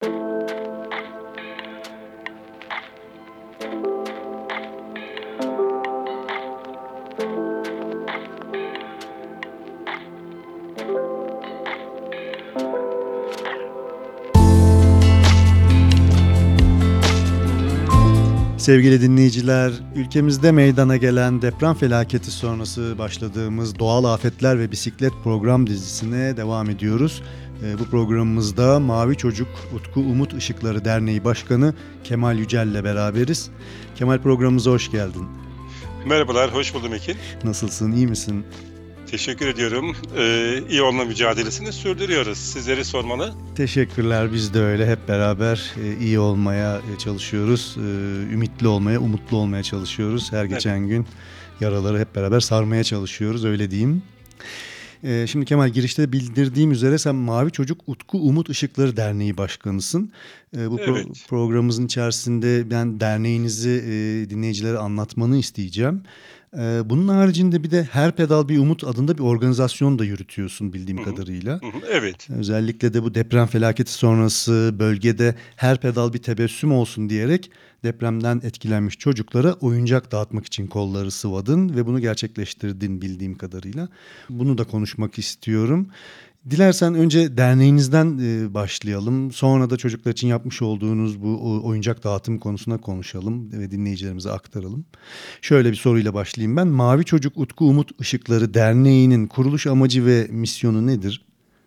Sevgili dinleyiciler, ülkemizde meydana gelen deprem felaketi sonrası başladığımız Doğal Afetler ve Bisiklet program dizisine devam ediyoruz. Bu programımızda Mavi Çocuk Utku Umut Işıkları Derneği Başkanı Kemal Yücel ile beraberiz. Kemal, programımıza hoş geldin. Merhabalar, hoş buldum Ekin. Nasılsın, iyi misin? Teşekkür ediyorum. İyi olma mücadelesini sürdürüyoruz. Sizleri sormalı. Teşekkürler, biz de öyle hep beraber iyi olmaya çalışıyoruz. Ümitli olmaya, umutlu olmaya çalışıyoruz. Her geçen gün yaraları hep beraber sarmaya çalışıyoruz, öyle diyeyim. Şimdi Kemal, girişte bildirdiğim üzere sen Mavi Çocuk Utku Umut Işıkları Derneği Başkanısın. Bu programımızın içerisinde ben derneğinizi dinleyicilere anlatmanı isteyeceğim. Bunun haricinde bir de Her Pedal Bir Umut adında bir organizasyon da yürütüyorsun bildiğim kadarıyla. Evet. Özellikle de bu deprem felaketi sonrası bölgede her pedal bir tebessüm olsun diyerek depremden etkilenmiş çocuklara oyuncak dağıtmak için kolları sıvadın ve bunu gerçekleştirdin bildiğim kadarıyla. Bunu da konuşmak istiyorum. Dilersen önce derneğinizden başlayalım. Sonra da çocuklar için yapmış olduğunuz bu oyuncak dağıtım konusuna konuşalım ve dinleyicilerimize aktaralım. Şöyle bir soruyla başlayayım ben. Mavi Çocuk Utku Umut Işıkları Derneği'nin kuruluş amacı ve misyonu nedir?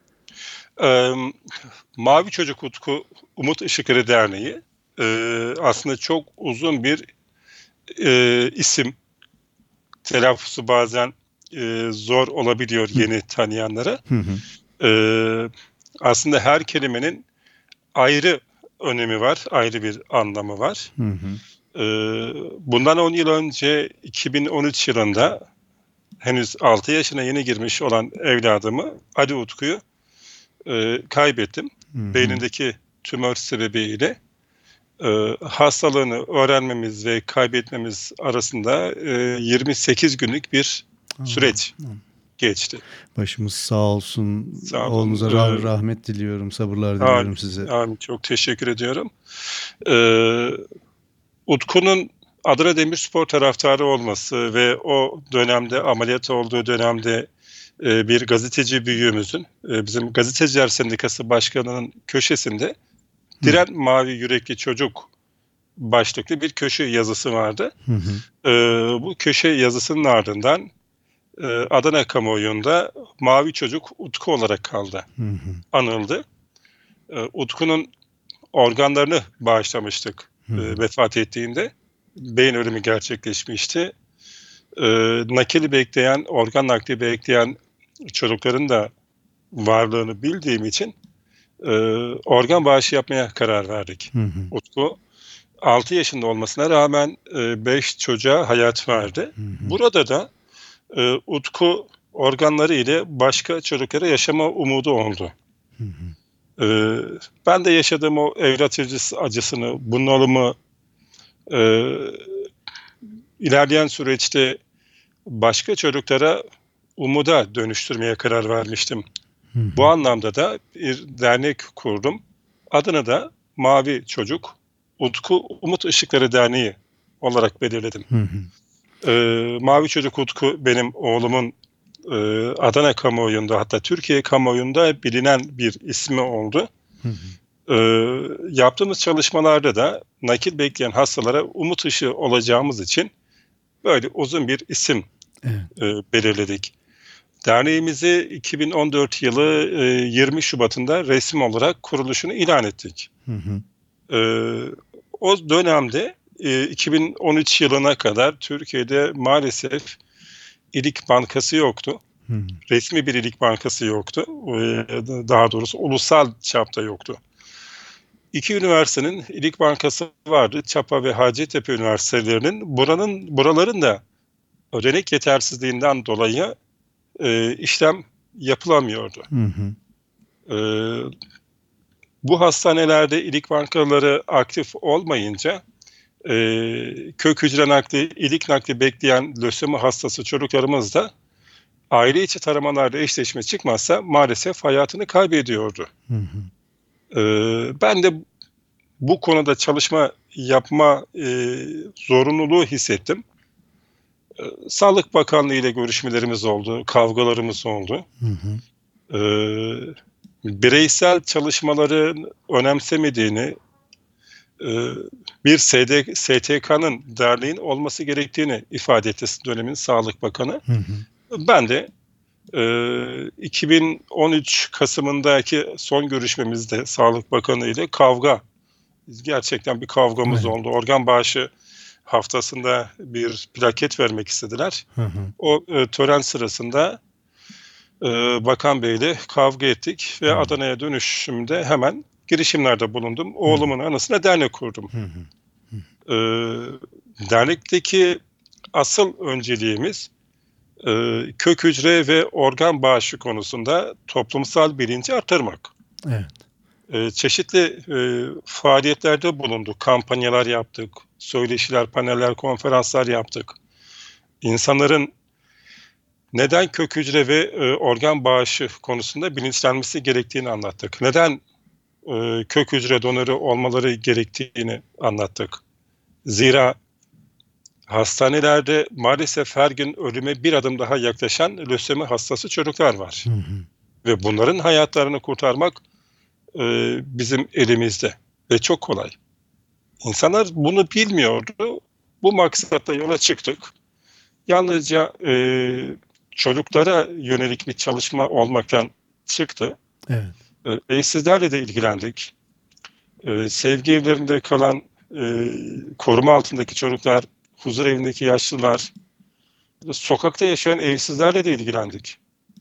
Mavi Çocuk Utku Umut Işıkları Derneği aslında çok uzun bir isim. Telaffuzu bazen zor olabiliyor yeni tanıyanlara. Aslında her kelimenin ayrı önemi var, ayrı bir anlamı var. Bundan 10 yıl önce 2013 yılında henüz 6 yaşına yeni girmiş olan evladımı Ali Utku'yu kaybettim. Beynindeki tümör sebebiyle hastalığını öğrenmemiz ve kaybetmemiz arasında 28 günlük bir süreç geçti. Başımız sağ olsun. Sağ olun. Oğlunuza rahmet diliyorum, sabırlar diliyorum size. Amin. Çok teşekkür ediyorum. Utku'nun Adana Demirspor taraftarı olması ve o dönemde ameliyat olduğu dönemde bir gazeteci büyüğümüzün, bizim Gazeteciler Sendikası Başkanı'nın köşesinde Diren Mavi Yürekli Çocuk başlıklı bir köşe yazısı vardı. Bu köşe yazısının ardından Adana kamuoyunda Mavi Çocuk Utku olarak kaldı, anıldı. Utku'nun organlarını bağışlamıştık vefat ettiğinde. Beyin ölümü gerçekleşmişti. Organ nakli bekleyen çocukların da varlığını bildiğim için organ bağışı yapmaya karar verdik. Utku 6 yaşında olmasına rağmen 5 çocuğa hayat verdi. Burada da Utku organları ile başka çocuklara yaşama umudu oldu. Ben de yaşadığım o evlat acısını, bunalımı ilerleyen süreçte başka çocuklara umuda dönüştürmeye karar vermiştim. Bu anlamda da bir dernek kurdum. Adını da Mavi Çocuk Utku Umut Işıkları Derneği olarak belirledim. Mavi Çocuk Utku benim oğlumun Adana kamuoyunda, hatta Türkiye kamuoyunda bilinen bir ismi oldu. Yaptığımız çalışmalarda da nakil bekleyen hastalara umut ışığı olacağımız için böyle uzun bir isim belirledik. Derneğimizi 2014 yılı 20 Şubat'ında resmi olarak kuruluşunu ilan ettik. O dönemde 2013 yılına kadar Türkiye'de maalesef İlik Bankası yoktu. Resmi bir İlik Bankası yoktu. Daha doğrusu ulusal çapta yoktu. 2 üniversitenin İlik Bankası vardı. Çapa ve Hacettepe Üniversitelerinin. Buraların da ödenek yetersizliğinden dolayı işlem yapılamıyordu. Bu hastanelerde ilik bankaları aktif olmayınca kök hücre nakli, ilik nakli bekleyen lösemi hastası çocuklarımız da aile içi taramalarda eşleşme çıkmazsa maalesef hayatını kaybediyordu. Ben de bu konuda çalışma yapma zorunluluğu hissettim. Sağlık Bakanlığı ile görüşmelerimiz oldu, kavgalarımız oldu. Hı hı. Bireysel çalışmaları önemsemediğini, bir STK'nın, derneğin olması gerektiğini ifade etti dönemin Sağlık Bakanı. Hı hı. Ben de 2013 Kasım'ındaki son görüşmemizde Sağlık Bakanı ile gerçekten bir kavgamız Evet. oldu. Organ bağışı haftasında bir plaket vermek istediler. Hı hı. O tören sırasında Bakan Bey'le kavga ettik ve Hı. Adana'ya dönüşümde hemen girişimlerde bulundum. Hı. Oğlumun anısına dernek kurdum. Hı hı. Dernekteki asıl önceliğimiz kök hücre ve organ bağışı konusunda toplumsal bilinci artırmak. Evet. Çeşitli faaliyetlerde bulunduk, kampanyalar yaptık, söyleşiler, paneller, konferanslar yaptık. İnsanların neden kök hücre ve organ bağışı konusunda bilinçlenmesi gerektiğini anlattık. Neden kök hücre donörü olmaları gerektiğini anlattık. Zira hastanelerde maalesef her gün ölüme bir adım daha yaklaşan lösemi hastası çocuklar var. Hı hı. Ve bunların hayatlarını kurtarmak bizim elimizde ve çok kolay. İnsanlar bunu bilmiyordu. Bu maksatla yola çıktık. Yalnızca çocuklara yönelik bir çalışma olmaktan çıktı. Evet. Evsizlerle de ilgilendik. Sevgi evlerinde kalan koruma altındaki çocuklar, huzur evindeki yaşlılar, sokakta yaşayan evsizlerle de ilgilendik.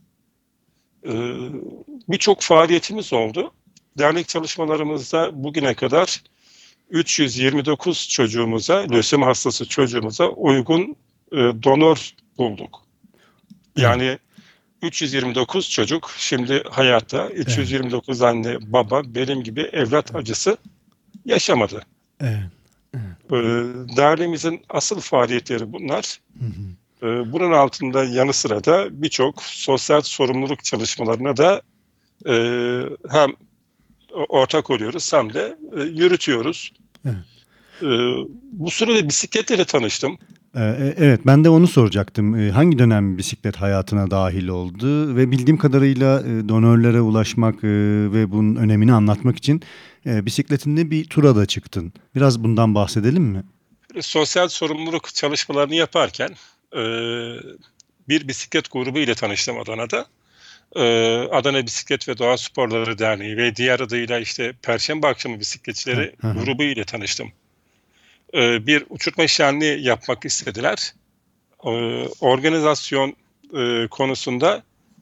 Birçok faaliyetimiz oldu. Dernek çalışmalarımızda bugüne kadar 329 çocuğumuza, lösemi hastası çocuğumuza uygun donör bulduk. Evet. Yani 329 çocuk şimdi hayatta, Evet. 329 anne, baba benim gibi evlat acısı yaşamadı. Evet. Derneğimizin asıl faaliyetleri bunlar. Hı hı. Bunun altında yanı sıra da birçok sosyal sorumluluk çalışmalarına da hem ortak oluyoruz hem de yürütüyoruz. Evet. Bu sırada bisikletle tanıştım. Evet, ben de onu soracaktım. Hangi dönem bisiklet hayatına dahil oldu ve bildiğim kadarıyla donörlere ulaşmak ve bunun önemini anlatmak için bisikletinde bir tura da çıktın. Biraz bundan bahsedelim mi? Sosyal sorumluluk çalışmalarını yaparken bir bisiklet grubu ile tanıştım Adana'da. Adana Bisiklet ve Doğa Sporları Derneği ve diğer adıyla işte Perşembe Akşamı Bisikletçileri Hı hı. grubu ile tanıştım. Bir uçurtma şenliği yapmak istediler. Organizasyon konusunda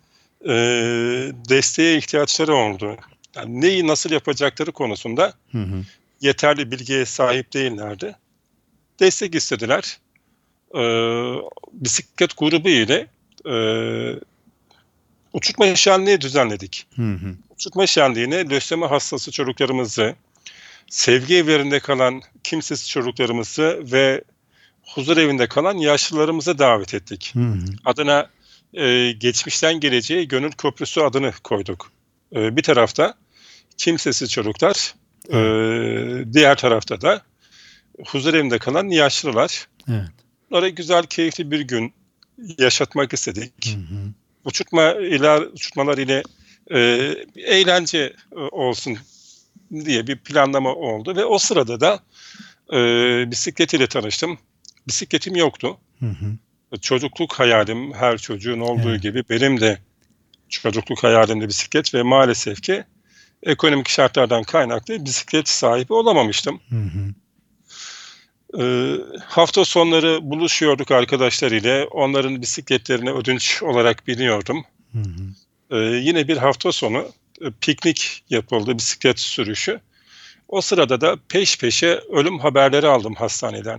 desteğe ihtiyaçları oldu. Yani neyi nasıl yapacakları konusunda Hı hı. yeterli bilgiye sahip değillerdi. Destek istediler. Bisiklet grubu ile uçurtma şenliği düzenledik. Hı hı. Uçurtma şenliğine lösemi hastası çocuklarımızı, sevgi evlerinde kalan kimsesiz çocuklarımızı ve huzur evinde kalan yaşlılarımızı davet ettik. Hı hı. Adına geçmişten geleceğe gönül köprüsü adını koyduk. Bir tarafta kimsesiz çocuklar, diğer tarafta da huzur evinde kalan yaşlılar. Evet. Onlara güzel, keyifli bir gün yaşatmak Hı istedik. hı. Uçurtmalar ile eğlence olsun diye bir planlama oldu ve o sırada da bisiklet ile tanıştım. Bisikletim yoktu. Hı hı. Çocukluk hayalim, her çocuğun olduğu Evet. gibi benim de çocukluk hayalimde bisiklet ve maalesef ki ekonomik şartlardan kaynaklı bisiklet sahibi olamamıştım. Hı hı. Hafta sonları buluşuyorduk arkadaşlar ile. Onların bisikletlerini ödünç olarak biniyordum. Hı hı. Yine bir hafta sonu piknik yapıldı, bisiklet sürüşü. O sırada da peş peşe ölüm haberleri aldım hastaneden.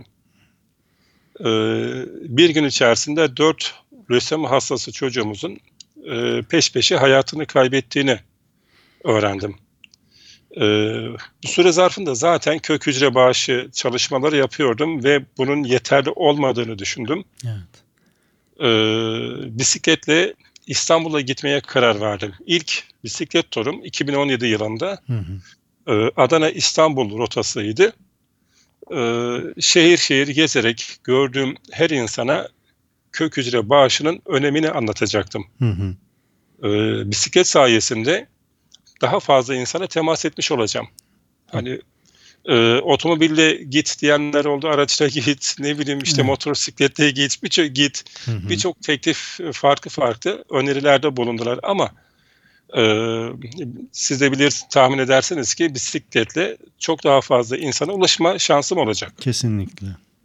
Bir gün içerisinde 4 lösemi hastası çocuğumuzun peş peşe hayatını kaybettiğini öğrendim. Bu süre zarfında zaten kök hücre bağışı çalışmaları yapıyordum ve bunun yeterli olmadığını düşündüm. Evet. Bisikletle İstanbul'a gitmeye karar verdim. İlk bisiklet turum 2017 yılında Hı hı. Adana İstanbul rotasıydı. Şehir şehir gezerek gördüğüm her insana kök hücre bağışının önemini anlatacaktım. Hı hı. Bisiklet sayesinde daha fazla insana temas etmiş olacağım. Hani otomobille git diyenler oldu, araçla git, ne bileyim işte Evet. motosikletle git, git. Hı hı. Birçok teklif farklı önerilerde bulundular ama siz de tahmin edersiniz ki bisikletle çok daha fazla insana ulaşma şansım olacak. Kesinlikle.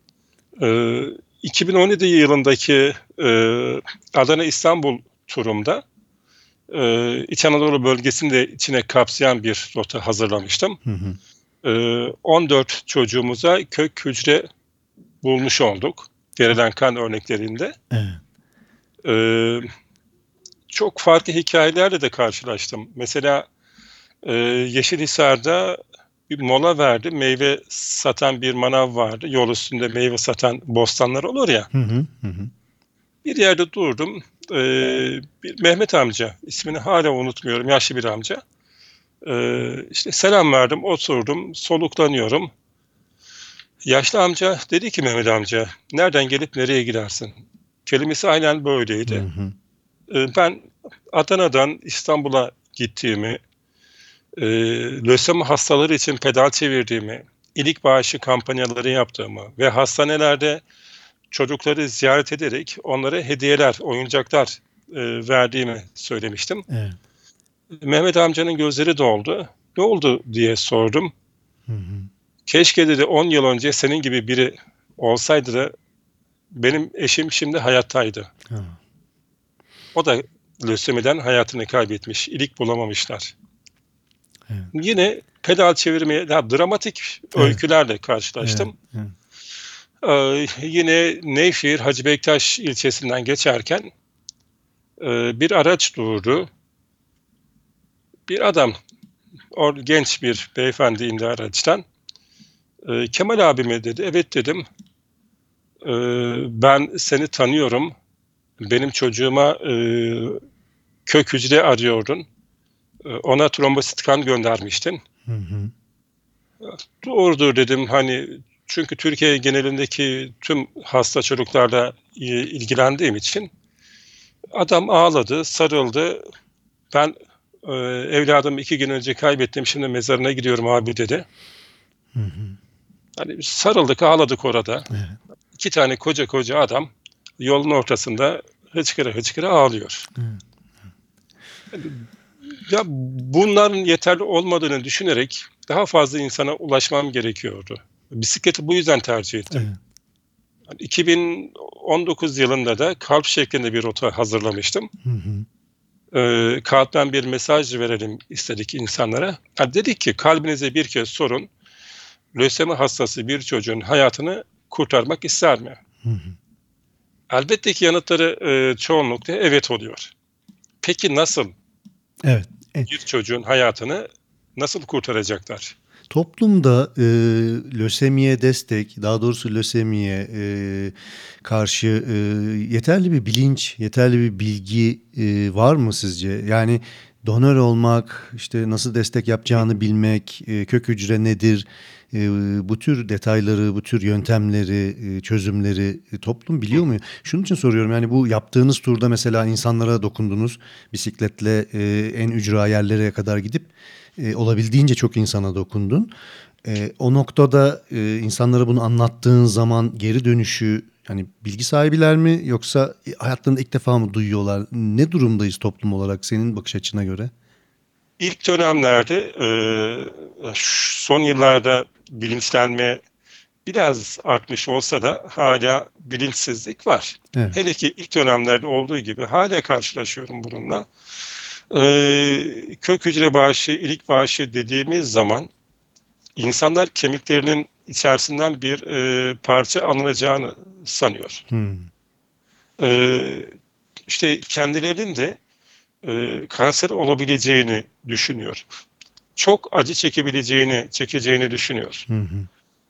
2017 yılındaki Adana İstanbul turumda İç Anadolu bölgesini de içine kapsayan bir rota hazırlamıştım. Hı hı. 14 çocuğumuza kök hücre bulmuş olduk. Verilen kan örneklerinde. Evet. Çok farklı hikayelerle de karşılaştım. Mesela Yeşilhisar'da bir mola verdi. Meyve satan bir manav vardı. Yol üstünde meyve satan bostanlar olur ya. Hı hı. Hı hı. Bir yerde durdum. Bir Mehmet amca, ismini hala unutmuyorum, yaşlı bir amca. İşte selam verdim, oturdum, soluklanıyorum. Yaşlı amca dedi ki Mehmet amca, nereden gelip nereye gidersin? Kelimesi aynen Hı böyleydi. hı. Ben Adana'dan İstanbul'a gittiğimi, lösemi hastaları için pedal çevirdiğimi, ilik bağışı kampanyaları yaptığımı ve hastanelerde çocukları ziyaret ederek onlara hediyeler, oyuncaklar verdiğimi söylemiştim. Evet. Mehmet amcanın gözleri doldu. Ne oldu diye sordum. Hı hı. Keşke dedi 10 yıl önce senin gibi biri olsaydı da benim eşim şimdi hayattaydı. Ha. O da lösemiden hayatını kaybetmiş. İlik bulamamışlar. Evet. Yine pedal çevirmeye, dramatik öykülerle karşılaştım. Evet. Yine Nevşehir Hacı Bektaş ilçesinden geçerken bir araç durdu. Bir adam, genç bir beyefendi indi araçtan. Kemal abi mi dedi. Evet dedim. Ben seni tanıyorum. Benim çocuğuma kök hücre arıyordun. Ona trombosit kan göndermiştin. Hı hı. Doğrudur dedim. Hani çünkü Türkiye genelindeki tüm hasta çocuklarla ilgilendiğim için adam ağladı, sarıldı. Ben evladımı 2 gün önce kaybettim. Şimdi mezarına gidiyorum abi dedi. Hı hı. Hani sarıldık, ağladık orada. Evet. 2 tane koca adam yolun ortasında hıçkıra ağlıyor. Evet. Ya bunların yeterli olmadığını düşünerek daha fazla insana ulaşmam gerekiyordu. Bisikleti bu yüzden tercih ettim. Evet. 2019 yılında da kalp şeklinde bir rota hazırlamıştım. Hı hı. Kalpten bir mesaj verelim istedik insanlara. Dedik ki kalbinize bir kez sorun. Lösemi hastası bir çocuğun hayatını kurtarmak ister mi? Hı hı. Elbette ki yanıtları çoğunlukla evet oluyor. Peki nasıl? Evet. Bir çocuğun hayatını nasıl kurtaracaklar? Toplumda lösemiye destek, daha doğrusu lösemiye karşı yeterli bir bilinç, yeterli bir bilgi var mı sizce? Yani donör olmak, işte nasıl destek yapacağını bilmek, kök hücre nedir? Bu tür detayları, bu tür yöntemleri, çözümleri toplum biliyor mu? Şunun için soruyorum, yani bu yaptığınız turda mesela insanlara dokundunuz, bisikletle en ücra yerlere kadar gidip olabildiğince çok insana dokundun. O noktada insanlara bunu anlattığın zaman geri dönüşü, hani bilgi sahibiler mi, yoksa hayatlarında ilk defa mı duyuyorlar? Ne durumdayız toplum olarak senin bakış açına göre? İlk dönemlerde son yıllarda bilinçlenme biraz artmış olsa da hala bilinçsizlik var. Evet. Hele ki ilk dönemlerde olduğu gibi hala karşılaşıyorum bununla. Kök hücre bağışı, ilik bağışı dediğimiz zaman insanlar kemiklerinin içerisinden bir parça alınacağını sanıyor. Hmm. İşte kendilerinin de kanser olabileceğini düşünüyor. Çok acı çekeceğini düşünüyor. Hı hı.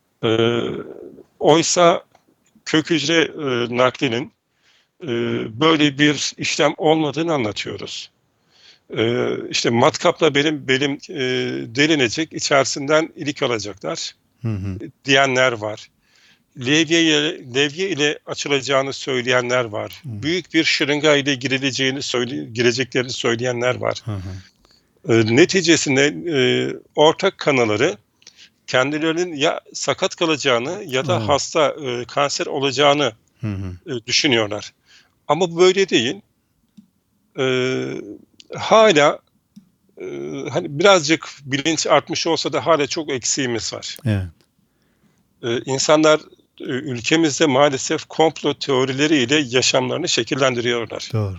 Oysa kök hücre naklinin böyle bir işlem olmadığını anlatıyoruz. işte matkapla benim belim delinecek, içerisinden ilik alacaklar Hı hı. diyenler var. Levye ile açılacağını söyleyenler var. Hı Büyük bir şırınga ile gireceklerini söyleyenler var. hı. Hı. Neticesinde ortak kanalları kendilerinin ya sakat kalacağını ya da Oo. hasta, kanser olacağını Hı hı. düşünüyorlar. Ama bu böyle değil. Hala hani birazcık bilinç artmış olsa da hala çok eksiğimiz var. Evet. İnsanlar ülkemizde maalesef komplo teorileriyle yaşamlarını şekillendiriyorlar. Doğru.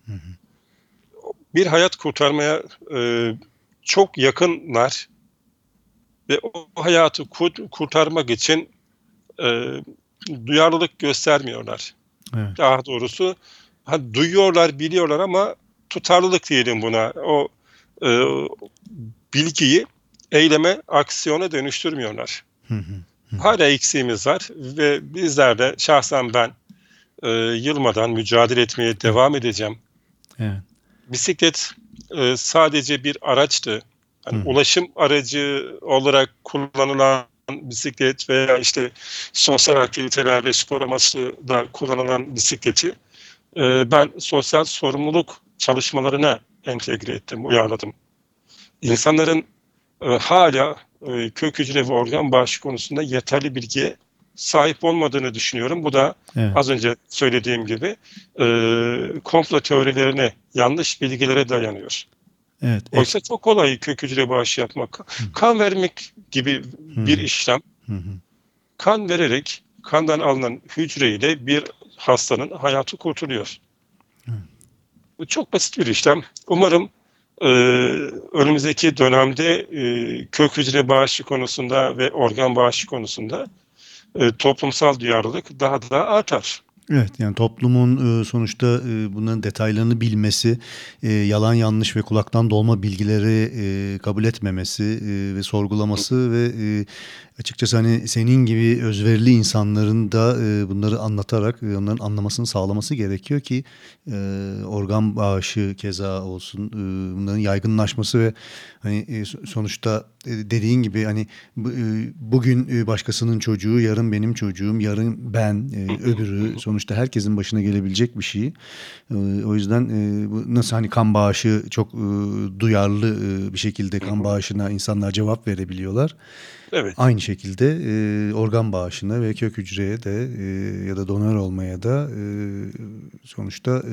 Bir hayat kurtarmaya çok yakınlar ve o hayatı kurtarmak için duyarlılık göstermiyorlar. Evet. Daha doğrusu duyuyorlar, biliyorlar ama tutarlılık diyelim buna. O e, bilgiyi eyleme, aksiyona dönüştürmüyorlar. Hı hı. Hala eksiğimiz var ve bizler de şahsen ben yılmadan mücadele etmeye Evet. devam edeceğim. Evet. Bisiklet sadece bir araçtı. Hı Hani hı. ulaşım aracı olarak kullanılan bisiklet veya işte sosyal aktiviteler ve spor amaçlı da kullanılan bisikleti ben sosyal sorumluluk çalışmalarına entegre ettim, uyarladım. İnsanların hala kök hücre ve organ bağışı konusunda yeterli bilgiye sahip olmadığını düşünüyorum. Bu da Evet. az önce söylediğim gibi komplo teorilerine, yanlış bilgilere dayanıyor. Evet. Oysa çok kolay kök hücre bağışı yapmak. Hı Kan vermek gibi bir hı. işlem. Hı hı. Kan vererek kandan alınan hücreyle bir hastanın hayatı kurtuluyor. Bu çok basit bir işlem. Umarım e, önümüzdeki dönemde kök hücre bağışı konusunda ve organ bağışı konusunda toplumsal duyarlılık daha da artar. Evet, yani toplumun sonuçta bunların detaylarını bilmesi, yalan yanlış ve kulaktan dolma bilgileri kabul etmemesi ve sorgulaması ve açıkçası hani senin gibi özverili insanların da bunları anlatarak onların anlamasını sağlaması gerekiyor ki organ bağışı keza olsun, bunların yaygınlaşması ve hani sonuçta dediğin gibi hani bugün başkasının çocuğu, yarın benim çocuğum, yarın ben, öbürü, sonuçta herkesin başına gelebilecek bir şey. O yüzden bu nasıl hani kan bağışı çok duyarlı bir şekilde kan bağışına insanlar cevap verebiliyorlar. Evet. Aynı şekilde organ bağışına ve kök hücreye de ya da donör olmaya da sonuçta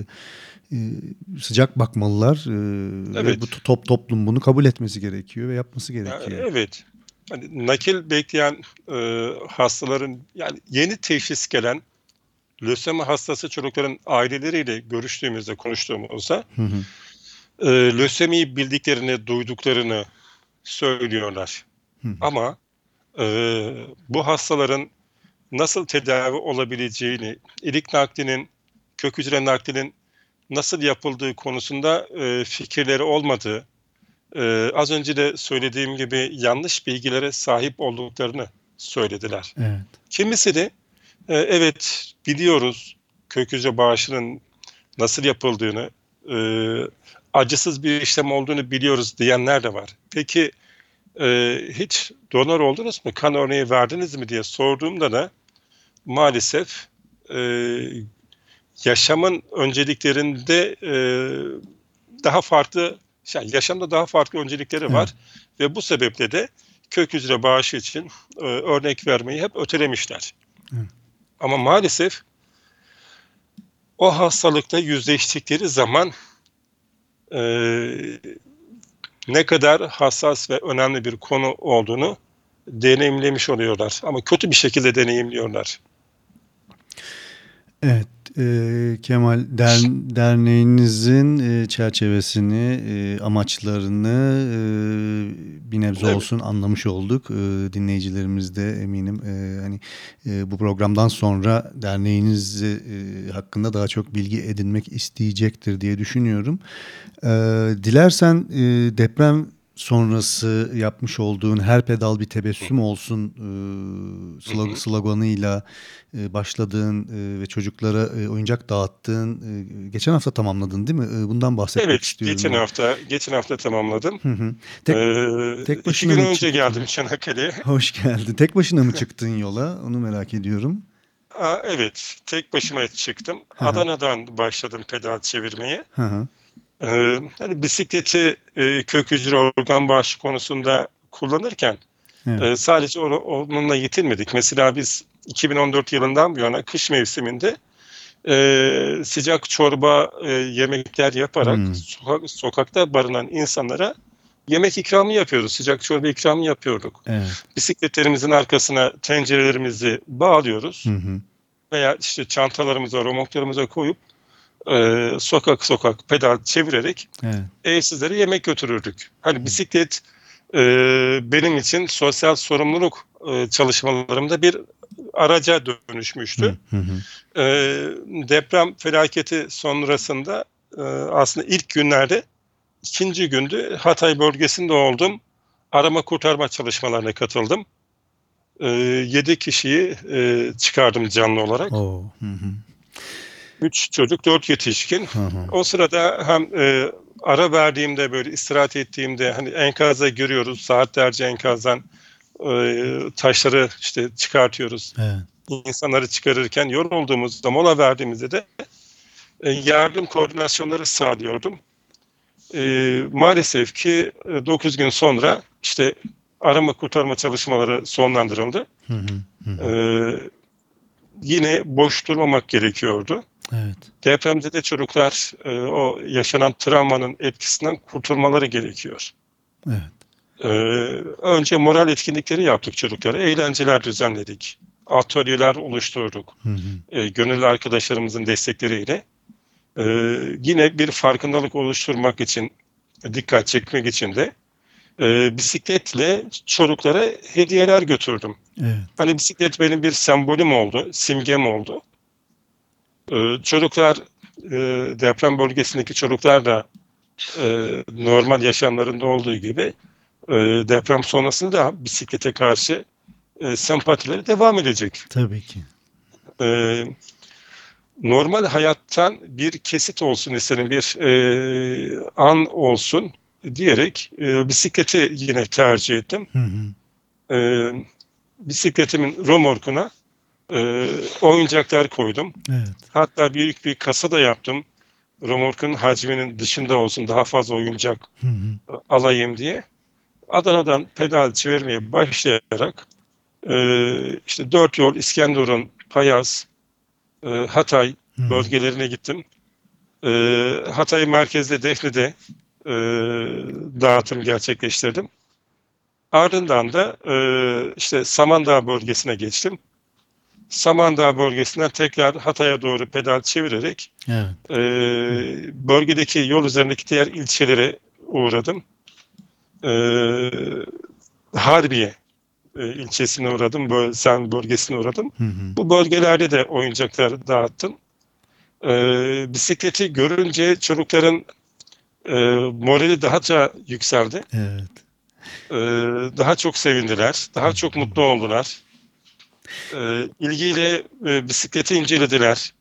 sıcak bakmalılar ve bu Evet. toplum bunu kabul etmesi gerekiyor ve yapması Yani gerekiyor. evet. Hani nakil bekleyen hastaların, yani yeni teşhis gelen lösemi hastası çocukların aileleriyle görüştüğümüzde, konuştuğumuzda Hı hı. lösemiyi bildiklerini, duyduklarını söylüyorlar. Hı hı. Ama bu hastaların nasıl tedavi olabileceğini, ilik naklinin, kök hücre naklinin nasıl yapıldığı konusunda fikirleri olmadığı, az önce de söylediğim gibi yanlış bilgilere sahip olduklarını söylediler. Evet. Kimisi de evet biliyoruz kök hücre bağışının nasıl yapıldığını, e, acısız bir işlem olduğunu biliyoruz diyenler de var. Peki hiç donör oldunuz mu? Kan örneği verdiniz mi diye sorduğumda da maalesef e, yaşamın önceliklerinde daha farklı, yaşamda daha farklı öncelikleri Evet. var ve bu sebeple de kök hücre bağışı için örnek vermeyi hep ötelemişler. Evet. Ama maalesef o hastalıkla yüzleştikleri zaman e, ne kadar hassas ve önemli bir konu olduğunu deneyimlemiş oluyorlar. Ama kötü bir şekilde deneyimliyorlar. Evet, Kemal derneğinizin çerçevesini, amaçlarını bir nebze Evet, olsun anlamış olduk. Dinleyicilerimiz de eminim hani bu programdan sonra derneğiniz hakkında daha çok bilgi edinmek isteyecektir diye düşünüyorum. Dilersen deprem sonrası yapmış olduğun her pedal bir tebessüm olsun Hı hı. sloganıyla başladığın ve çocuklara oyuncak dağıttığın geçen hafta tamamladın değil mi? Bundan bahsetmek Evet, istiyorum ben. geçen hafta tamamladım. Hı hı. Tek tek 2 başına gün mı önce geldim çıktın? Çanakkale'ye. Hoş geldin. Tek başına mı çıktın yola? Onu merak ediyorum. Evet, tek başıma çıktım. Hı hı. Adana'dan başladım pedal çevirmeye. Hı hı. Hani bisikleti kök hücre organ bağışı konusunda kullanırken Evet. sadece onunla yetinmedik. Mesela biz 2014 yılından bu yana kış mevsiminde sıcak çorba, yemekler yaparak Hmm. sokakta barınan insanlara yemek ikramı yapıyoruz. Sıcak çorba ikramı yapıyorduk. Evet. Bisikletlerimizin arkasına tencerelerimizi bağlıyoruz Hı hı. veya işte çantalarımıza, romoklarımıza koyup sokak sokak pedal çevirerek Evet. evsizlere yemek götürürdük. Hani bisiklet benim için sosyal sorumluluk çalışmalarımda bir araca dönüşmüştü. Hı hı. Hı. Deprem felaketi sonrasında aslında ilk günlerde ikinci gündü Hatay bölgesinde oldum. Arama kurtarma çalışmalarına katıldım. 7 kişiyi çıkardım canlı olarak. Oo. Hı hı. 3 çocuk, 4 yetişkin. Hı hı. O sırada hem ara verdiğimde böyle istirahat ettiğimde hani enkaza giriyoruz. Saatlerce enkazdan taşları işte çıkartıyoruz. Evet. İnsanları çıkarırken yorulduğumuzda mola verdiğimizde de yardım koordinasyonları sağlıyordum. Maalesef ki 9 gün sonra işte arama kurtarma çalışmaları sonlandırıldı. Hı hı. Hı hı. Ee, Yine boş durmamak gerekiyordu. Evet. Depremde de çocuklar o yaşanan travmanın etkisinden kurtulmaları gerekiyor. Evet. Ee, Önce moral etkinlikleri yaptık çocuklara, eğlenceler düzenledik, atölyeler oluşturduk, Hı hı. gönüllü arkadaşlarımızın destekleriyle. Ee, Yine bir farkındalık oluşturmak için, dikkat çekmek için de bisikletle çocuklara hediyeler götürdüm. Evet. Hani bisiklet benim bir sembolüm oldu, simgem oldu. Çocuklar, e, deprem bölgesindeki çocuklar da normal yaşamlarında olduğu gibi deprem sonrasında da bisiklete karşı sempatileri devam edecek. Tabii ki. E, Normal hayattan bir kesit olsun istedim, bir an olsun diyerek bisikleti yine tercih ettim. Hı hı. E, Bisikletimin romorkuna oyuncaklar koydum. Evet. Hatta büyük bir kasa da yaptım. Romorkun hacminin dışında olsun, daha fazla oyuncak Hı hı. alayım diye. Adana'dan pedal çevirmeye başlayarak işte Dört Yol, İskenderun, Payas, Hatay Hı hı. bölgelerine gittim. Hatay merkezde Defne'de e, dağıtım gerçekleştirdim. Ardından da işte Samandağ bölgesine geçtim. Samandağ bölgesinden tekrar Hatay'a doğru pedal çevirerek Evet. bölgedeki yol üzerindeki diğer ilçelere uğradım. E, Harbiye ilçesine uğradım, Sen bölgesine uğradım. Hı hı. Bu bölgelerde de oyuncaklar dağıttım. Bisikleti görünce çocukların e, morali daha da yükseldi. Evet. E, Daha çok sevindiler, daha çok mutlu oldular. İlgiyle bisikleti incelediler.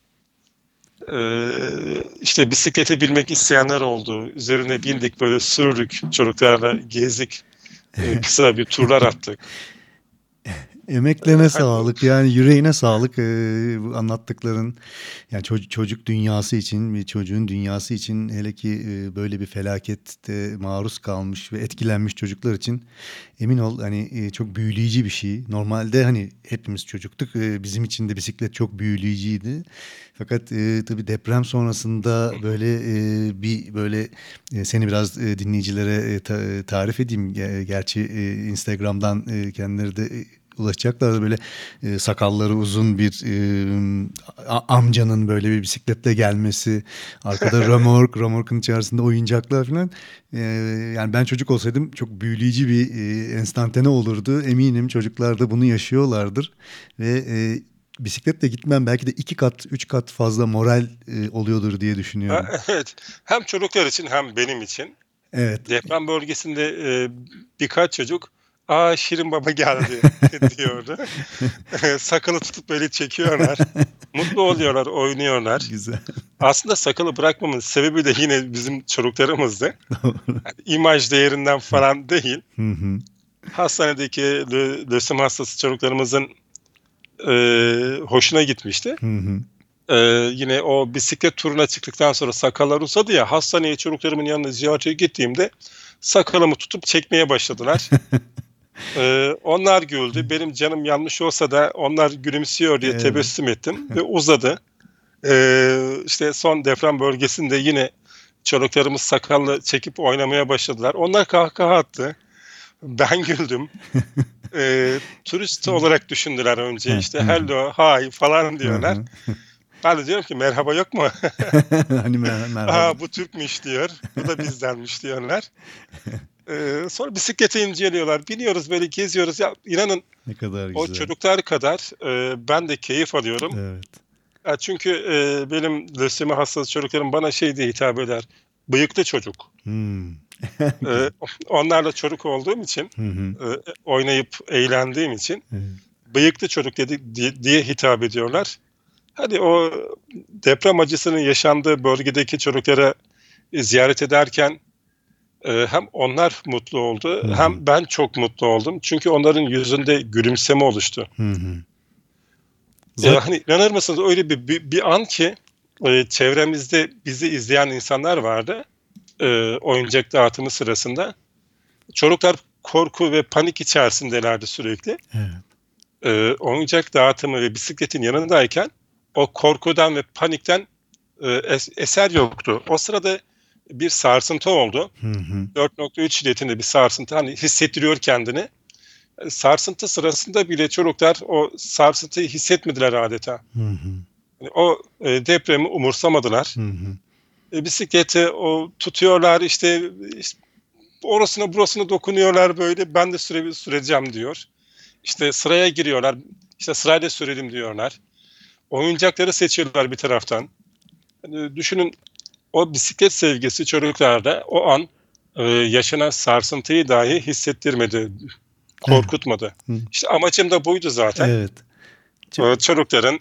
İşte bisiklete binmek isteyenler oldu. Üzerine bindik, böyle sürdük, çocuklarla gezdik. Kısa bir turlar attık. Emeklerine Hani sağlık yani yüreğine sağlık bu anlattıkların yani çocuk dünyası için bir çocuğun dünyası için hele ki böyle bir felakette maruz kalmış ve etkilenmiş çocuklar için emin ol hani çok büyüleyici bir şey. Normalde hani hepimiz çocuktuk bizim için de bisiklet çok büyüleyiciydi. Fakat tabii deprem sonrasında böyle bir böyle seni biraz dinleyicilere tarif edeyim. Gerçi Instagram'dan kendileri de ulaşacaklar da böyle sakalları uzun bir amcanın böyle bir bisikletle gelmesi, arkada römorkun içerisinde oyuncaklar falan. Yani ben çocuk olsaydım çok büyüleyici bir enstantane olurdu. Eminim çocuklar da bunu yaşıyorlardır ve bisikletle gitmem belki de 2 kat, 3 kat fazla moral oluyordur diye düşünüyorum. evet, hem çocuklar için hem benim için. Evet. Deprem bölgesinde birkaç çocuk Şirin Baba geldi diyordu. Sakalı tutup böyle çekiyorlar. Mutlu oluyorlar, oynuyorlar. Güzel. Aslında sakalı bırakmamın sebebi de yine bizim çocuklarımızdı. Doğru. Yani imaj değerinden falan değil. Hı hı. Hastanedeki lösemi hastası çocuklarımızın hoşuna gitmişti. Hı hı. Yine o bisiklet turuna çıktıktan sonra sakallar uzadı ya, hastaneye çocuklarımın yanına ziyarete gittiğimde sakalımı tutup çekmeye başladılar. Onlar güldü. Benim canım yanmış olsa da onlar gülümsüyor diye Evet. tebessüm ettim ve uzadı. İşte son deprem bölgesinde yine çocuklarımız sakallı çekip oynamaya başladılar. Onlar kahkaha attı. Ben güldüm. Turist olarak düşündüler önce. Heh, İşte hı hı. hello, hi falan Hı diyorlar. hı. Ben de diyorum ki merhaba yok mu? Hani merhaba. Bu Türkmüş diyor. Bu da bizdenmiş diyorlar. Sonra bisikleti inceliyorlar. Biniyoruz böyle geziyoruz. Ya inanın Ne kadar o güzel. çocuklar kadar ben de keyif alıyorum. Evet. Ya çünkü benim lösemi hastası çocuklarım bana şey diye hitap eder. Bıyıklı çocuk. Hımm. Eee, Güzel. onlarla çocuk olduğum için, Hı hı. oynayıp eğlendiğim için Evet. bıyıklı çocuk diye hitap ediyorlar. Hani o deprem acısının yaşandığı bölgedeki çocuklara ziyaret ederken hem onlar mutlu Hı oldu hı. hem ben çok mutlu oldum. Çünkü onların yüzünde gülümseme oluştu. Hı hı. Zat Hani inanır mısınız öyle bir an ki çevremizde bizi izleyen insanlar vardı, oyuncak dağıtımı sırasında. Çocuklar korku ve panik içerisindelerdi sürekli. Evet. Oyuncak dağıtımı ve bisikletin yanındayken o korkudan ve panikten eser yoktu. O sırada bir sarsıntı oldu. Hı hı. 4,3 şiddetinde bir sarsıntı. Hani hissettiriyor kendini. Sarsıntı sırasında bile çocuklar o sarsıntıyı hissetmediler adeta. Hı hı. Hani o depremi umursamadılar. Hı hı. Bisikleti tutuyorlar işte orasına burasına dokunuyorlar böyle. Ben de süreceğim diyor. İşte sıraya giriyorlar. İşte sırayla sürelim diyorlar. Oyuncakları seçiyorlar bir taraftan. Hani düşünün o bisiklet sevgisi çocuklarda o an yaşanan sarsıntıyı dahi hissettirmedi, Evet. korkutmadı. Hı. İşte amacım da buydu zaten. Evet. Ço Çocukların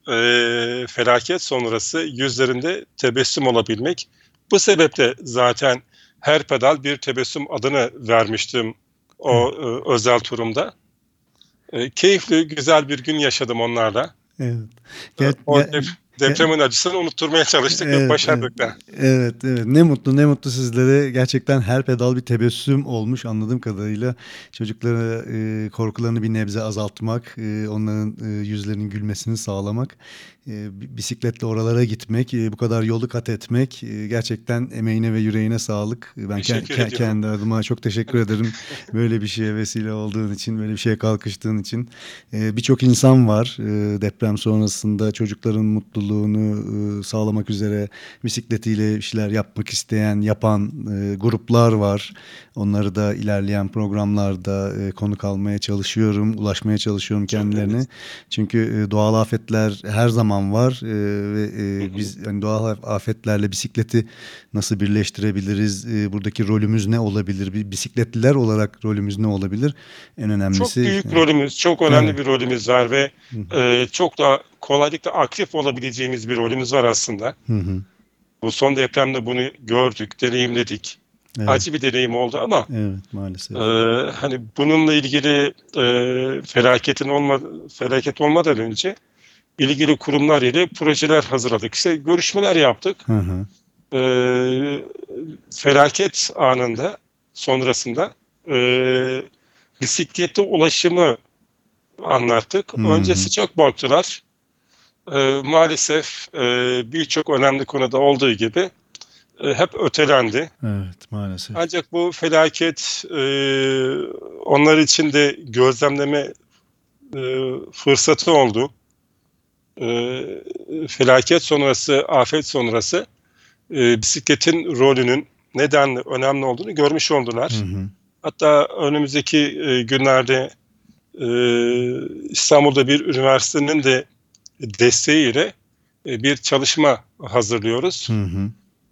felaket sonrası yüzlerinde tebessüm olabilmek. Bu sebeple zaten Her Pedal Bir Tebessüm adını vermiştim Evet. o özel turumda. Keyifli, güzel bir gün yaşadım onlarla. Evet. Eee, Ger o ge ge depremin acısını unutturmaya çalıştık ve Evet, evet. başardık da. Evet, evet. Ne mutlu, ne mutlu sizlere. Gerçekten her pedal bir tebessüm olmuş anladığım kadarıyla. Çocuklara korkularını bir nebze azaltmak, onların yüzlerinin gülmesini sağlamak, bisikletle oralara gitmek, bu kadar yolu kat etmek, gerçekten emeğine ve yüreğine sağlık. Ben Teşekkür ediyorum. kendi adıma çok teşekkür ederim. Böyle bir şeye vesile olduğun için, böyle bir şeye kalkıştığın için. Birçok insan var deprem sonrasında çocukların mutluluğunu sağlamak üzere bisikletiyle bir şeyler yapmak isteyen, yapan gruplar var. Onları da ilerleyen programlarda konuk almaya çalışıyorum, ulaşmaya çalışıyorum kendilerine. Evet. Çünkü doğal afetler her zaman var ve Hı hı. biz hani doğal afetlerle bisikleti nasıl birleştirebiliriz? Buradaki rolümüz ne olabilir? Bir bisikletliler olarak rolümüz ne olabilir? En Çok önemlisi işte. büyük rolümüz, çok Evet. önemli bir rolümüz var ve Hı hı. çok da kolaylıkla aktif olabileceğimiz bir rolümüz var aslında. Hı hı. Bu son depremde bunu gördük, deneyimledik. Evet. Acı bir deneyim oldu ama Evet maalesef. hani bununla ilgili felaket olmadan önce ilgili kurumlar ile projeler hazırladık. İşte görüşmeler yaptık. Hı hı. Eee, felaket anında, sonrasında eee bisikletli ulaşımı anlattık. Hı Önce hı. sıcak baktılar. Maalesef birçok önemli konuda olduğu gibi hep ötelendi. Evet maalesef. Ancak bu felaket onlar için de gözlemleme fırsatı oldu. Eee, felaket sonrası, afet sonrası bisikletin rolünün nedenli önemli olduğunu görmüş Hı oldular. hı. Hatta önümüzdeki günlerde İstanbul'da bir üniversitenin de desteğiyle bir çalışma hazırlıyoruz. Hı hı.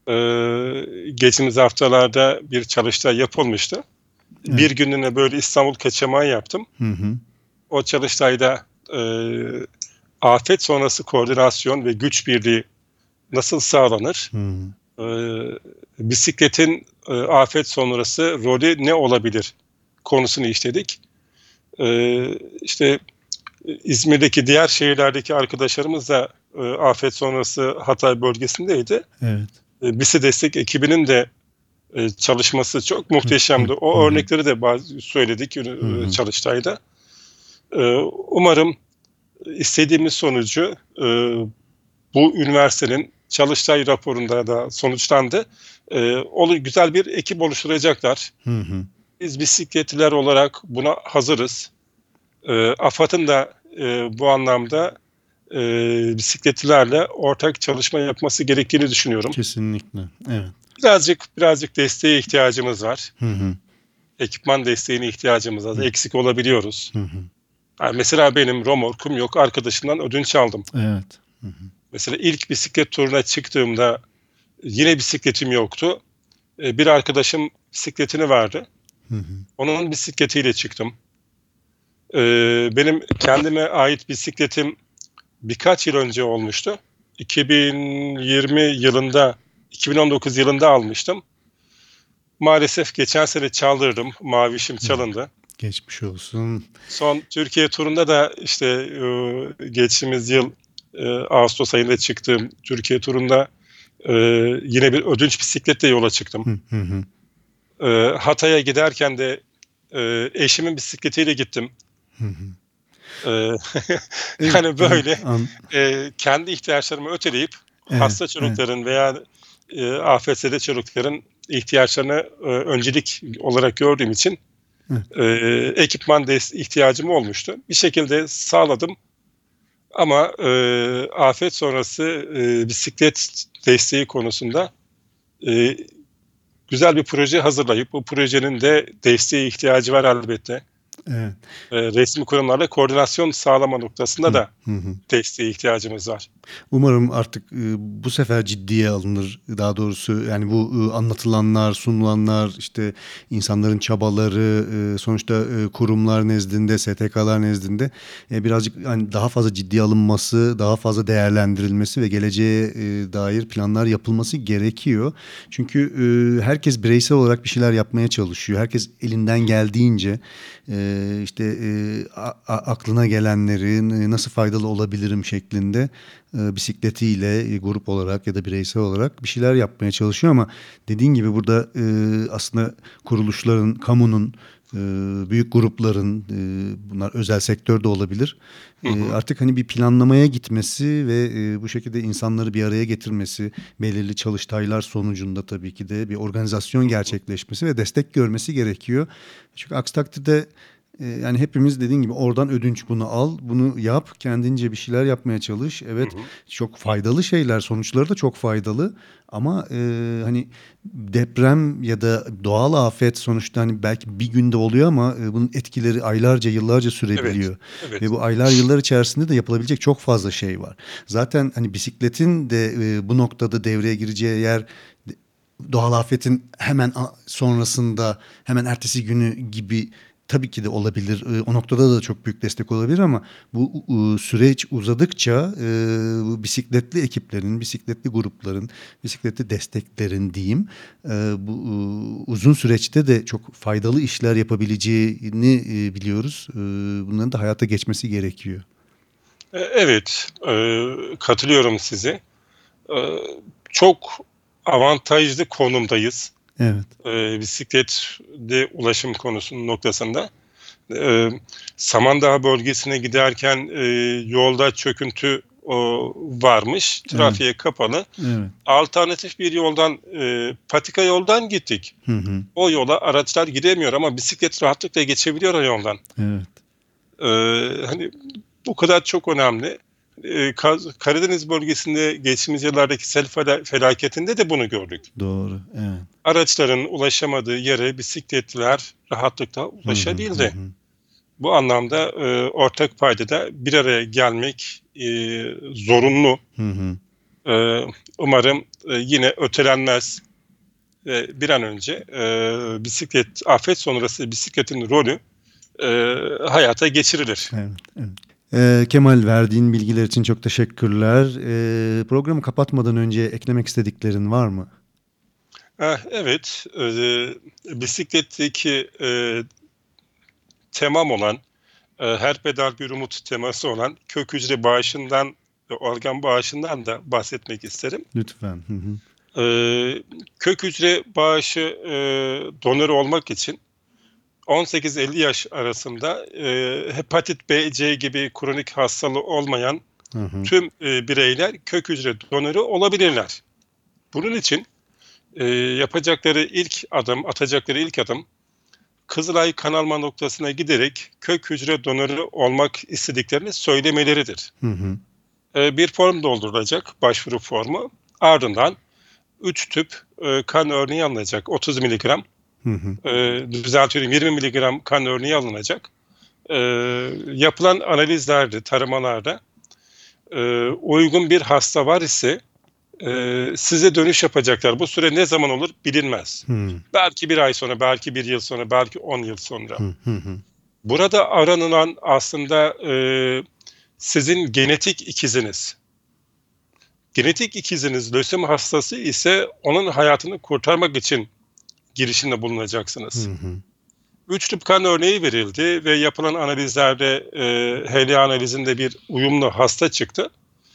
Geçtiğimiz haftalarda bir çalıştay yapılmıştı. Evet. Bir günlüğüne böyle İstanbul kaçamağı yaptım. Hı hı. O çalıştayda afet sonrası koordinasyon ve güç birliği nasıl sağlanır? Hı hı. Bisikletin afet sonrası rolü ne olabilir konusunu işledik. İşte İzmir'deki diğer şehirlerdeki arkadaşlarımız da afet sonrası Hatay bölgesindeydi. Evet. BİSİ destek ekibinin de çalışması çok Hı hı. muhteşemdi. Hı O hı. örnekleri de söyledik Hı hı. çalıştayda. Umarım istediğimiz sonucu bu üniversitenin çalıştay raporunda da sonuçlandı. Güzel bir ekip oluşturacaklar. Hı hı. Biz bisikletliler olarak buna hazırız. AFAD'ın da bu anlamda bisikletlilerle ortak çalışma yapması gerektiğini düşünüyorum. Kesinlikle. Evet. Birazcık desteğe ihtiyacımız var. Hı hı. Ekipman desteğine ihtiyacımız var. Hı Eksik olabiliyoruz. hı. Hı. Yani mesela benim romorkum yok. Arkadaşımdan ödünç aldım. Evet. Hı hı. Mesela ilk bisiklet turuna çıktığımda yine bisikletim yoktu. Bir arkadaşım bisikletini verdi. Hı hı. Onun bisikletiyle çıktım. Benim kendime ait bisikletim birkaç yıl önce olmuştu. 2019 yılında almıştım. Maalesef geçen sene çaldırdım. Mavişim Hı. çalındı. Geçmiş olsun. Son Türkiye turunda da işte geçtiğimiz yıl Ağustos ayında çıktığım Türkiye turunda yine bir ödünç bisikletle yola çıktım. Hı hı. Hı. Hatay'a giderken de eşimin bisikletiyle gittim. Hı hı. Eee, Evet, Yani evet, böyle kendi ihtiyaçlarımı öteleyip evet, hasta evet. çocukların veya AFS'de çocukların ihtiyaçlarını öncelik olarak gördüğüm için Evet. ekipman ihtiyacım olmuştu. Bir şekilde sağladım ama afet sonrası bisiklet desteği konusunda eee, güzel bir proje hazırlayıp bu projenin de desteğe ihtiyacı var elbette. Evet. Resmi kurumlarla koordinasyon sağlama noktasında Hı da hı. Hı. desteğe ihtiyacımız var. Umarım artık bu sefer ciddiye alınır. Daha doğrusu yani bu anlatılanlar, sunulanlar, işte insanların çabaları, sonuçta kurumlar nezdinde, STK'lar nezdinde birazcık hani daha fazla ciddiye alınması, daha fazla değerlendirilmesi ve geleceğe dair planlar yapılması gerekiyor. Çünkü herkes bireysel olarak bir şeyler yapmaya çalışıyor. Herkes elinden geldiğince işte aklına gelenleri nasıl faydalı olabilirim şeklinde bisikletiyle grup olarak ya da bireysel olarak bir şeyler yapmaya çalışıyor ama dediğin gibi burada aslında kuruluşların, kamunun, büyük grupların, bunlar özel sektör de olabilir. Hı hı. Artık hani bir planlamaya gitmesi ve bu şekilde insanları bir araya getirmesi, belirli çalıştaylar sonucunda tabii ki de bir organizasyon gerçekleşmesi ve destek görmesi gerekiyor. Çünkü aksi takdirde yani hepimiz dediğin gibi oradan ödünç bunu al, bunu yap, kendince bir şeyler yapmaya çalış. Hı Evet, hı. çok faydalı şeyler, sonuçları da çok faydalı. Ama hani deprem ya da doğal afet sonuçta hani belki bir günde oluyor ama bunun etkileri aylarca, yıllarca Evet, sürebiliyor. Ve evet. bu aylar, yıllar içerisinde de yapılabilecek çok fazla şey var. Zaten hani bisikletin de bu noktada devreye gireceği yer doğal afetin hemen sonrasında, hemen ertesi günü gibi tabii ki de olabilir. O noktada da çok büyük destek olabilir ama bu süreç uzadıkça bu bisikletli ekiplerin, bisikletli grupların, bisikletli desteklerin diyeyim bu uzun süreçte de çok faydalı işler yapabileceğini biliyoruz. Bunların da hayata geçmesi gerekiyor. Evet, katılıyorum size. Eee, Çok avantajlı konumdayız, Evet. bisikletle ulaşım konusunun noktasında. Eee, Samandağ bölgesine giderken yolda çöküntü varmış, Evet. trafiğe kapalı. Evet. Alternatif bir yoldan, patika yoldan gittik. Hı hı. O yola araçlar giremiyor ama bisiklet rahatlıkla geçebiliyor o yoldan. Evet. Hani bu kadar çok önemli. Karadeniz bölgesinde geçtiğimiz yıllardaki sel felaketinde de bunu gördük. Doğru. Evet. Araçların ulaşamadığı yere bisikletliler rahatlıkla Hı hı. Hı ulaşabildi. hı. Bu anlamda ortak paydada bir araya gelmek zorunlu. Hı hı. Umarım yine ötelenmez ve bir an önce afet sonrası bisikletin rolü hayata geçirilir. Evet, evet. Kemal, verdiğin bilgiler için çok teşekkürler. Programı kapatmadan önce eklemek istediklerin var mı? Evet, bisikletteki temam olan, her pedal bir umut teması olan kök hücre bağışından ve organ bağışından da bahsetmek isterim. Lütfen. Hı hı. Kök hücre bağışı donörü olmak için 18-50 yaş arasında hepatit B, C gibi kronik hastalığı olmayan Hı hı. tüm bireyler kök hücre donörü olabilirler. Bunun için atacakları ilk adım Kızılay kan alma noktasına giderek kök hücre donörü olmak istediklerini söylemeleridir. Hı hı. Bir form doldurulacak, başvuru formu. Ardından 3 tüp kan örneği alınacak, 30 miligram. Hı hı. Düzeltiyorum, 20 miligram kan örneği alınacak. Yapılan analizlerde, taramalarda uygun bir hasta var ise size dönüş yapacaklar. Bu süre ne zaman olur bilinmez. Hı Belki bir ay sonra, belki bir yıl sonra, belki 10 yıl sonra. hı. Hı hı. Burada aranılan aslında sizin genetik ikiziniz. Genetik ikiziniz lösemi hastası ise onun hayatını kurtarmak için girişimde bulunacaksınız. Hı hı. 3 tüp kan örneği verildi ve yapılan analizlerde HLA analizinde bir uyumlu hasta çıktı.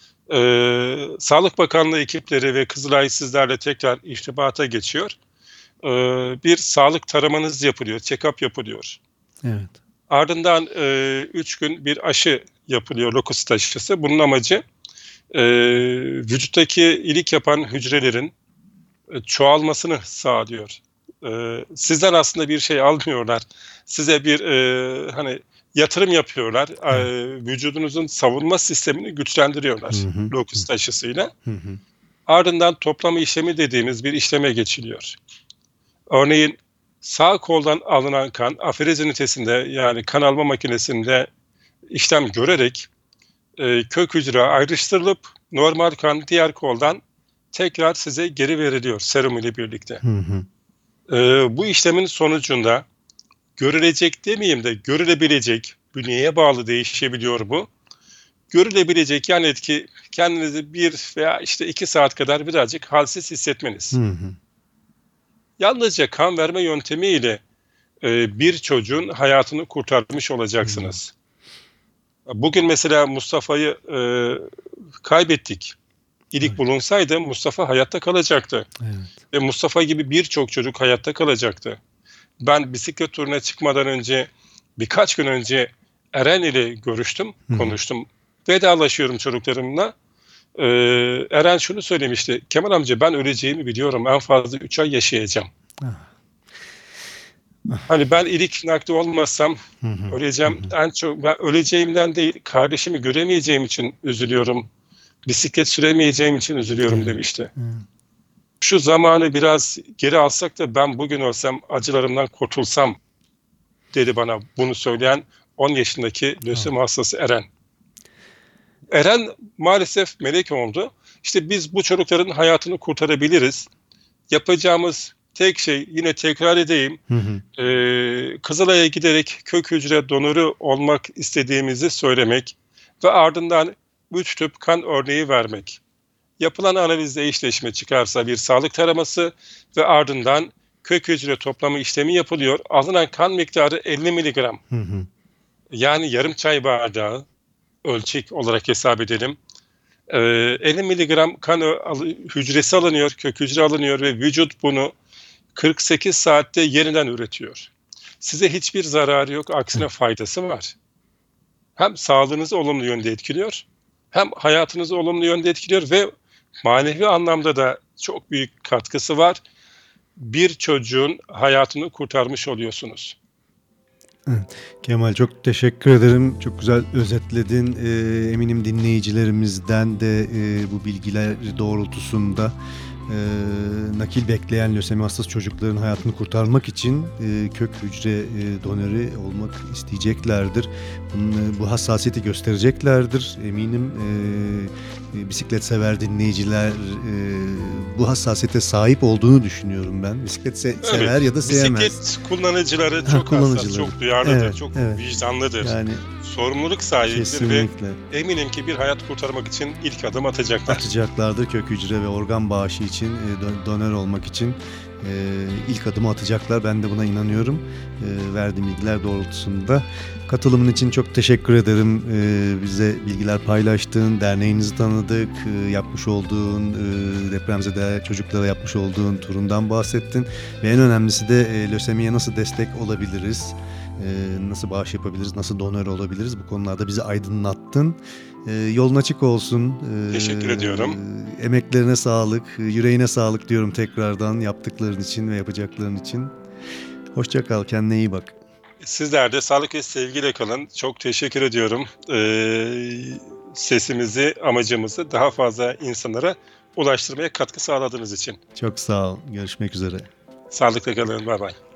Sağlık Bakanlığı ekipleri ve Kızılay sizlerle tekrar irtibata geçiyor. Bir sağlık taramanız yapılıyor, check-up yapılıyor. Evet. Ardından 3 gün bir aşı yapılıyor, lokus aşısı. Bunun amacı vücuttaki ilik yapan hücrelerin çoğalmasını sağlıyor. Sizden aslında bir şey almıyorlar. Size bir hani yatırım yapıyorlar. Vücudunuzun savunma sistemini güçlendiriyorlar Hı hı. lokus aşısıyla. Hı hı. Ardından toplama işlemi dediğimiz bir işleme geçiliyor. Örneğin sağ koldan alınan kan aferez ünitesinde, yani kan alma makinesinde işlem görerek kök hücre ayrıştırılıp normal kan diğer koldan tekrar size geri veriliyor serum ile birlikte. Hı hı. Bu işlemin sonucunda görülecek demeyeyim de görülebilecek, bünyeye bağlı değişebiliyor bu. Görülebilecek yan etki, kendinizi 1 veya işte 2 saat kadar birazcık halsiz hissetmeniz. Hı hı. Yalnızca kan verme yöntemiyle bir çocuğun hayatını kurtarmış olacaksınız. Bugün mesela Mustafa'yı kaybettik. İlik Evet. bulunsaydı Mustafa hayatta kalacaktı. Evet. Ve Mustafa gibi birçok çocuk hayatta kalacaktı. Ben bisiklet turuna çıkmadan önce, birkaç gün önce Eren ile görüştüm, Hı hı. konuştum. Vedalaşıyorum çocuklarımla. Eren şunu söylemişti. Kemal amca, ben öleceğimi biliyorum. En fazla 3 ay yaşayacağım. Hani ben ilik nakli olmasam Hı hı. öleceğim. En çok ben öleceğimden değil, kardeşimi göremeyeceğim için üzülüyorum. Bisiklet süremeyeceğim için üzülüyorum Evet. demişti. Evet. Şu zamanı biraz geri alsak da ben bugün olsam acılarımdan kurtulsam dedi bana bunu söyleyen 10 yaşındaki lösemi hastası Eren. Eren maalesef melek oldu. İşte biz bu çocukların hayatını kurtarabiliriz. Yapacağımız tek şey, yine tekrar edeyim, Hı hı. Kızılay'a giderek kök hücre donörü olmak istediğimizi söylemek ve ardından 3 tüp kan örneği vermek. Yapılan analizde eşleşme çıkarsa bir sağlık taraması ve ardından kök hücre toplama işlemi yapılıyor. Alınan kan miktarı 50 miligram. Hı hı. Yani yarım çay bardağı ölçek olarak hesap edelim. 50 miligram kan hücresi alınıyor, kök hücre alınıyor ve vücut bunu 48 saatte yeniden üretiyor. Size hiçbir zararı yok, aksine faydası var. Hem sağlığınızı olumlu yönde etkiliyor, hem hayatınızı olumlu yönde etkiliyor ve manevi anlamda da çok büyük katkısı var. Bir çocuğun hayatını kurtarmış oluyorsunuz. Kemal, çok teşekkür ederim. Çok güzel özetledin. Eminim dinleyicilerimizden de bu bilgiler doğrultusunda nakil bekleyen lösemi hastası çocukların hayatını kurtarmak için kök hücre donörü olmak isteyeceklerdir. Bu hassasiyeti göstereceklerdir. Eminim bisiklet sever dinleyiciler bu hassasiyete sahip olduğunu düşünüyorum ben. Bisiklet sever ya da sevmez. Bisiklet kullanıcıları çok hassas, çok duyarlıdır, evet, çok evet. vicdanlıdır. Yani sorumluluk sahibidir kesinlikle. ve eminim ki bir hayat kurtarmak için ilk adım atacaklar. Atacaklardır kök hücre ve organ bağışı için, donör olmak için ilk adımı atacaklar. Ben de buna inanıyorum. Verdiğim bilgiler doğrultusunda. Katılımın için çok teşekkür ederim. Bize bilgiler paylaştın, derneğinizi tanıdık, yapmış olduğun, depremzede çocuklara yapmış olduğun turundan bahsettin. Ve en önemlisi de lösemiye nasıl destek olabiliriz, nasıl bağış yapabiliriz, nasıl donör olabiliriz, bu konularda bizi aydınlattın. Yolun açık olsun. Teşekkür ediyorum. Emeklerine sağlık, yüreğine sağlık diyorum tekrardan yaptıkların için ve yapacakların için. Hoşça kal, kendine iyi bak. Sizler de sağlık ve sevgiyle kalın. Çok teşekkür ediyorum. Sesimizi, amacımızı daha fazla insanlara ulaştırmaya katkı sağladığınız için. Çok sağ ol. Görüşmek üzere. Sağlıkla kalın. Bay bay.